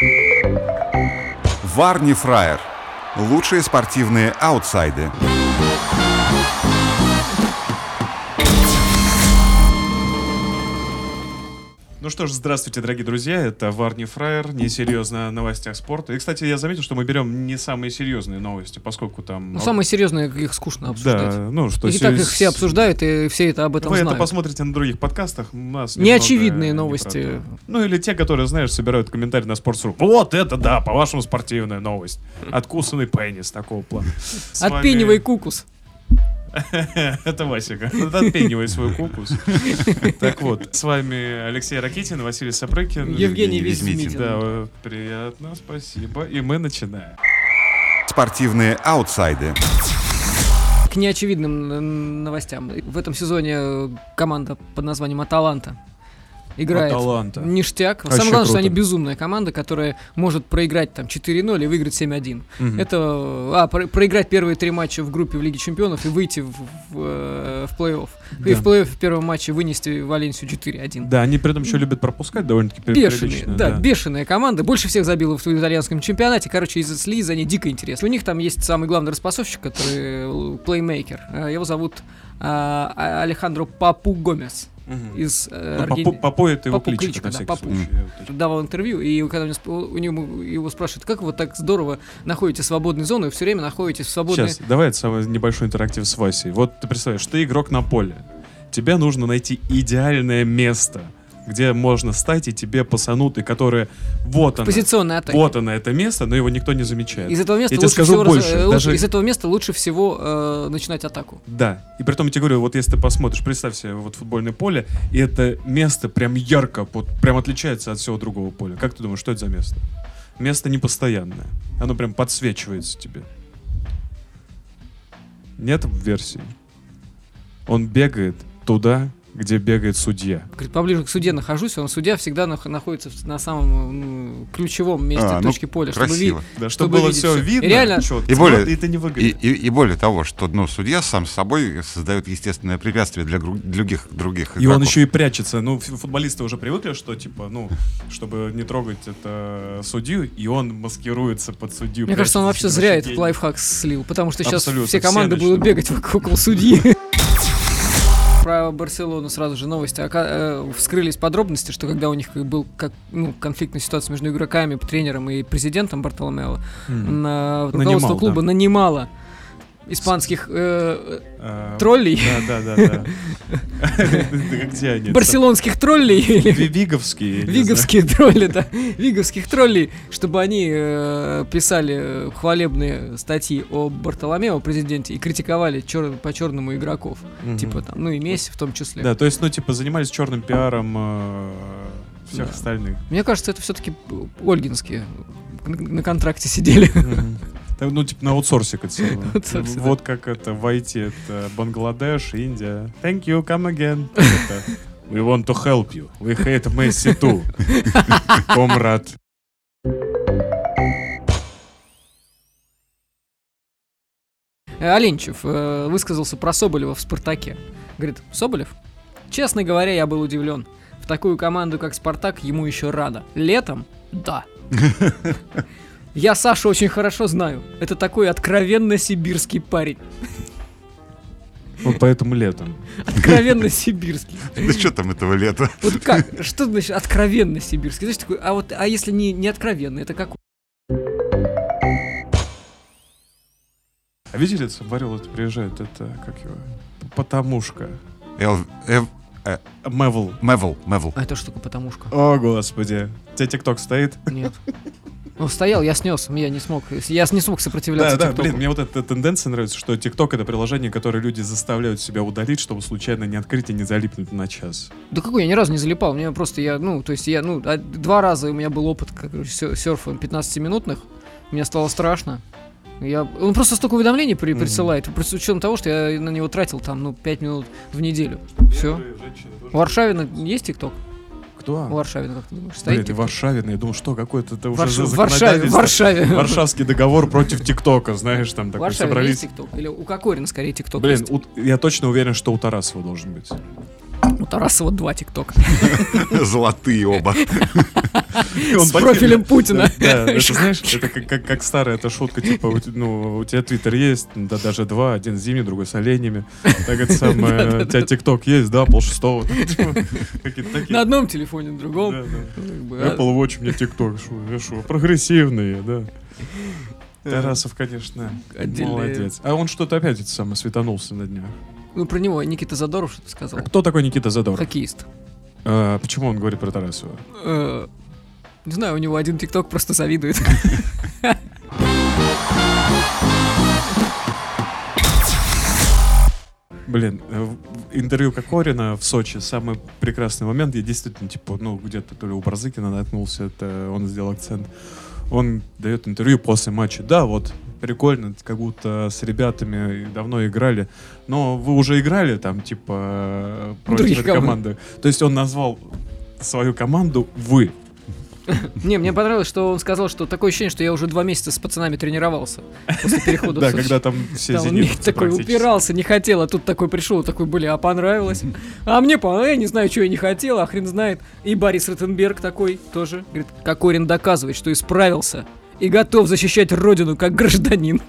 Варни Фраер. Лучшие спортивные аутсайды. Ну что ж, здравствуйте, дорогие друзья, это Варни Фраер, несерьезно о новостях спорта. И, кстати, я заметил, что мы берем не самые серьезные новости, поскольку там... Ну, самые серьезные, их скучно обсуждать. Да, ну что... И так их все обсуждают, и все это об этом Вы знают. это посмотрите на других подкастах, у нас неочевидные новости. Ну или те, которые, знаешь, собирают комментарии на Sports.ru. Вот это да, по-вашему спортивная новость. Откусанный пенис такого плана. Отпенивай кукус. Это Васика. Отпенивай свой кукус. Так вот, с вами Алексей Ракитин, Василий Сапрыкин, Евгений Визмитин. Да, приятно, спасибо. И мы начинаем. Спортивные аутсайды. К неочевидным новостям. В этом сезоне команда под названием «Аталанта» играет ништяк. Самое главное, что они безумная команда, которая может проиграть там 4-0 и выиграть 7-1. Это проиграть первые 3 матча в группе в Лиге Чемпионов и выйти в плей-офф. Да. И в плей-офф в первом матче вынести Валенсию 4-1. Да, они при этом еще любят пропускать довольно-таки прилично. Да, бешеная команда. Больше всех забила в итальянском чемпионате. Короче, следить за ней дико интересно. У них там есть самый главный распасовщик, который плеймейкер. Его зовут Алехандро Папу Гомес. Из Папу это его кличка, да, Папу. Давал интервью, и когда у него его спрашивают, как вы так здорово находите свободную зону и все время находитесь в свободной... Сейчас, давай самый небольшой интерактив с Васей. Вот ты представляешь, ты игрок на поле. Тебе нужно найти идеальное место, где можно стать, и тебе пасанут, и которое... Вот оно. Позиционная атака. Вот оно, это место, но его никто не замечает. Из этого места из этого места лучше всего начинать атаку. Да. И при том я тебе говорю, вот если ты посмотришь, представь себе вот футбольное поле, и это место прям ярко, вот, прям отличается от всего другого поля. Как ты думаешь, что это за место? Место непостоянное. Оно прям подсвечивается тебе. Нет версии. Он бегает туда, где бегает судья. Говорит, поближе к судье нахожусь, судья всегда находится на самом ключевом месте точки поля. Красиво. Чтобы было все видно, реально, это не выгодно. И более того, что судья сам с собой создает естественное препятствие для других игроков. И он еще и прячется. Футболисты уже привыкли, что чтобы не трогать это судью, и он маскируется под судью. Мне кажется, он вообще зря этот лайфхак слил, потому что сейчас все команды будут бегать около судьи. Про Барселону сразу же новости. Вскрылись подробности, что когда у них был конфликтная ситуация между игроками, тренером и президентом Бартоломео, руководство клуба нанимало испанских троллей. Да. Где они? Барселонских троллей. Виговские тролли, да. Виговских троллей, чтобы они писали хвалебные статьи о Бартоломео, президенте, и критиковали по-черному игроков. Типа там, и Месси в том числе. Да, то есть, занимались черным пиаром всех остальных. Мне кажется, это все-таки ольгинские на контракте сидели. На аутсорсе вот как это войти, это Бангладеш, Индия. Thank you, come again. We want to help you. We hate Messi too. Комрад. Оленчев высказался про Соболева в «Спартаке». Говорит, Соболев? Честно говоря, я был удивлен. В такую команду, как «Спартак», ему еще рано. Летом? Да. Я Сашу очень хорошо знаю. Это такой откровенно сибирский парень. Вот поэтому летом. Откровенно сибирский. Да что там этого лета? Вот как? Что значит откровенно сибирский? Знаешь, такой, а если не откровенно, это какой? А видели, Варил приезжает, это как его? Потомушка. Мэвл. А это что такое потомушка? О, господи. У тебя ТикТок стоит? Нет. Стоял, я снес, я не смог сопротивляться ТикТоку. Мне вот эта тенденция нравится, что ТикТок — это приложение, которое люди заставляют себя удалить, чтобы случайно не открыть и не залипнуть на час. Да какой, я ни разу не залипал, мне просто, 2 раза у меня был опыт серфа 15-минутных, мне стало страшно. Он просто столько уведомлений присылает, с учетом того, что я на него тратил 5 минут в неделю. Все. У Варшавина есть ТикТок? Кто? У Варшавина, как ты думаешь, стоит? Блин, Варшавина, я думал, что какой-то это уже Варшаве. Варшавский договор против ТикТока, знаешь, там такой собрались. Есть ТикТок? Или у Кокорина скорее ТикТок есть? Блин, я точно уверен, что у Тарасова должен быть. Тарасова 2 ТикТока. Золотые оба. С профилем Путина. Да, это, знаешь, это как старая эта шутка, типа, у тебя Твиттер есть, да, даже 2, один с зимней, другой с оленями. Так это самое, у тебя ТикТок есть, да, 5:30. На одном телефоне, на другом. Apple Watch, у меня ТикТок, шо, прогрессивные, да. Тарасов, конечно, молодец. А он что-то опять это самое светанулся на днях. Ну, про него Никита Задоров что-то сказал. А кто такой Никита Задоров? Хоккеист. Почему он говорит про Тарасова? Не знаю, у него один ТикТок просто завидует. Блин, интервью Кокорина в Сочи самый прекрасный момент. Я действительно, типа, где-то то ли у Барзыкина наткнулся, это он сделал акцент. Он дает интервью после матча. Да, вот, прикольно, как будто с ребятами давно играли. Но вы уже играли там, типа, против этой команды. То есть он назвал свою команду «Вы». Не, мне понравилось, что он сказал, что такое ощущение, что я уже 2 месяца с пацанами тренировался после перехода в Сочи. Да, когда там все зенитовцы такой упирался, не хотел, а тут такой пришел, такой, понравилось. А мне я не знаю, что я не хотел, а хрен знает. И Борис Ротенберг такой тоже, говорит, Кокорин доказывает, что исправился и готов защищать родину как гражданин.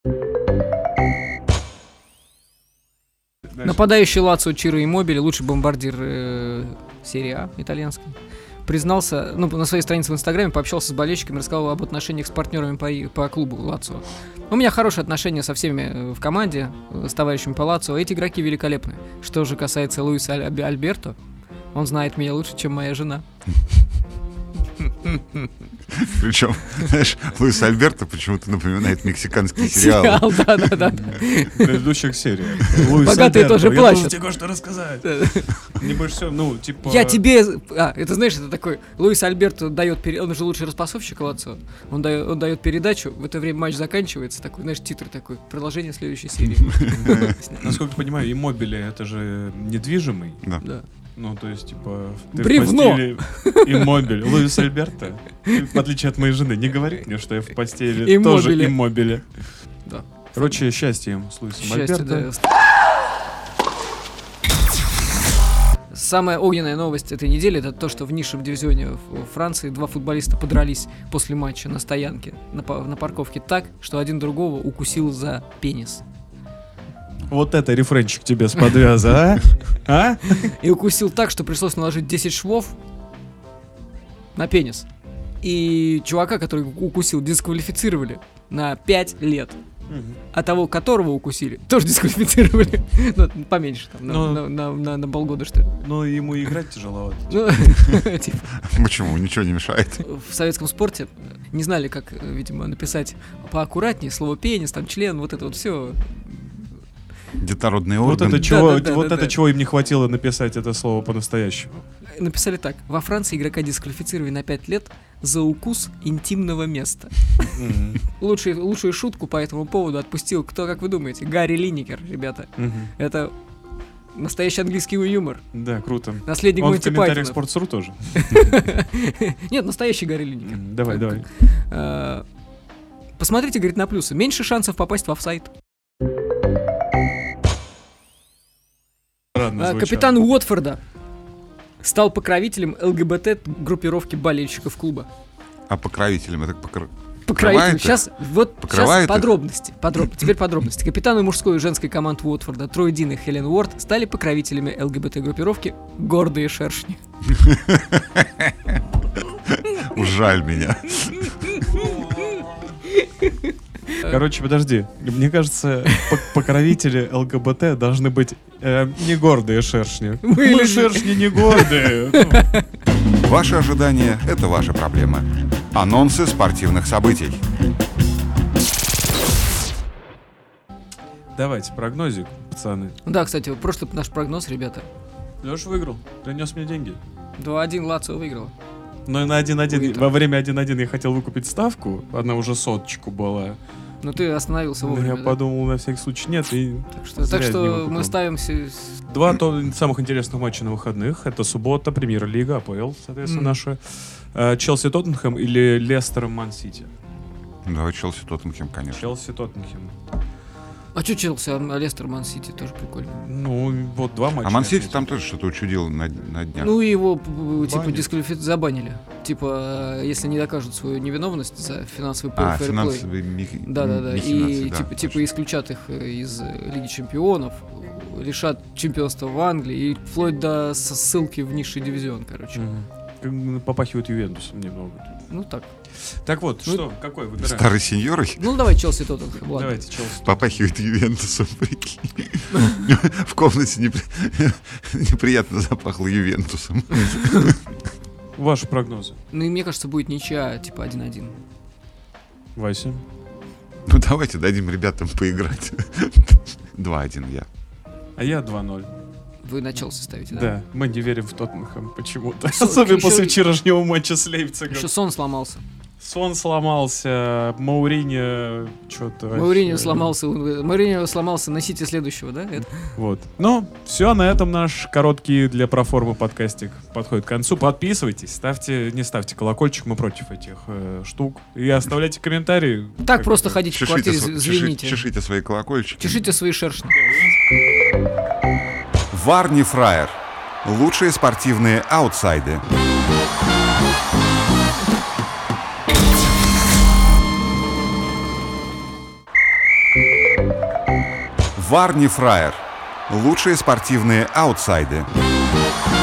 Нападающий Лацио Чиро Иммобиле, лучший бомбардир серии А итальянской, признался, на своей странице в Инстаграме пообщался с болельщиками, рассказал об отношениях с партнерами по клубу Лацио. У меня хорошие отношения со всеми в команде, с товарищами по Лацио. Эти игроки великолепны. Что же касается Луиса Альберто, он знает меня лучше, чем моя жена. Причем, знаешь, Луис Альберто почему-то напоминает мексиканский сериал. Да. В предыдущих сериях. Богатые тоже плачут. Я тебе кое-что рассказать. Не больше всего, типа... Я тебе... это знаешь, это такой... Луис Альберто дает... Он же лучший распасовщик Лацио. Он дает передачу, в это время матч заканчивается. Такой, знаешь, титр такой. Продолжение следующей серии. Насколько я понимаю, Иммобиле это же недвижимый. Да. То есть, типа... Бревно! Иммобиле. Луис Альберто, в отличие от моей жены, не говорит мне, что я в постели тоже Иммобиле. Да. Короче, счастье им с Луисом Альберто. Самая огненная новость этой недели — это то, что в низшем дивизионе в Франции 2 футболиста подрались после матча на стоянке, на парковке так, что один другого укусил за пенис. Вот это рефренчик тебе с подвяза, а? И укусил так, что пришлось наложить 10 швов на пенис. И чувака, который укусил, дисквалифицировали на 5 лет. А того, которого укусили, тоже дисквалифицировали. Поменьше, там, на полгода, что ли. Но ему играть тяжеловато. Почему? Ничего не мешает. В советском спорте не знали, как, видимо, написать поаккуратнее слово пенис, там, член, вот это вот все. Детородный орган. Вот это чего им не хватило написать это слово по-настоящему. Написали так. Во Франции игрока дисквалифицировали на 5 лет за укус интимного места. Лучшую шутку по этому поводу отпустил, кто, как вы думаете, Гарри Линекер, ребята. Это настоящий английский юмор. Да, круто. Наследник Он Монти в Пайтона. комментариях Sports.ru тоже? Нет, настоящий Гарри Линекер. Давай. Посмотрите, говорит, на плюсы. Меньше шансов попасть в офсайд. Капитан Уотфорда стал покровителем ЛГБТ-группировки болельщиков клуба. А покровителем это покровителем. Сейчас подробности. Теперь подробности. Капитаны мужской и женской команд Уотфорда Трой Дин и Хелен Уорд стали покровителями ЛГБТ-группировки «Гордые шершни». Жаль меня. Короче, подожди. Мне кажется, покровители ЛГБТ должны быть не гордые шершни. Мы шершни не гордые. Ваши ожидания — это ваша проблема. Анонсы спортивных событий. Давайте прогнозик, пацаны. Да, кстати, прошлый наш прогноз, ребята. Леша выиграл, принес мне деньги. 2-1 Лацио выиграла. Но на 1-1, во время 1-1 я хотел выкупить ставку, она уже 100 была. Но ты остановился вовремя. Я подумал, на всякий случай нет. И так что мы ставимся... 2 самых интересных матча на выходных. Это суббота, Премьер-лига, АПЛ, соответственно, наша. Челси-Тоттенхэм или Лестер-Ман-Сити? Давай Челси-Тоттенхэм, конечно. Челси-Тоттенхэм. А что Челси, Лестер, Ман-Сити тоже прикольно. Ну, вот 2 матча. А Ман-Сити там тоже что-то учудил на днях. Ну, его, типа, забанили. Типа, если не докажут свою невиновность за финансовый фэрплей. Да. И, типа, исключат их из Лиги Чемпионов, лишат чемпионства в Англии, и вплоть до ссылки в низший дивизион, короче. Попахивает Ювентусом немного. Ну, так. Так вот, что? Какой выбираем? Старый сеньоры? Ну, давай Челси Тоттенхэм. Давайте Челси. Попахивает Ювентусом, прикинь. В комнате неприятно запахло Ювентусом. Ваши прогнозы? Ну, и мне кажется, будет ничья, типа 1-1. Вася? Ну, давайте дадим ребятам поиграть. 2-1 я. А я 2-0. Вы на Челси ставите, да? Да, мы не верим в Тоттенхэм почему-то. Особенно после вчерашнего матча с Лейпцигом. Еще сон сломался. Сон сломался, Мауриньо что-то... Мауриньо сломался, носите следующего, да? Вот. Ну, все, на этом наш короткий для проформы подкастик подходит к концу. Подписывайтесь, не ставьте колокольчик, мы против этих штук. И оставляйте комментарии. Так просто ходите в квартире, звените. Чешите свои колокольчики. Чешите свои шершни. Варни Фраер. Лучшие спортивные аутсайды. Варни Фраер. Лучшие спортивные аутсайды.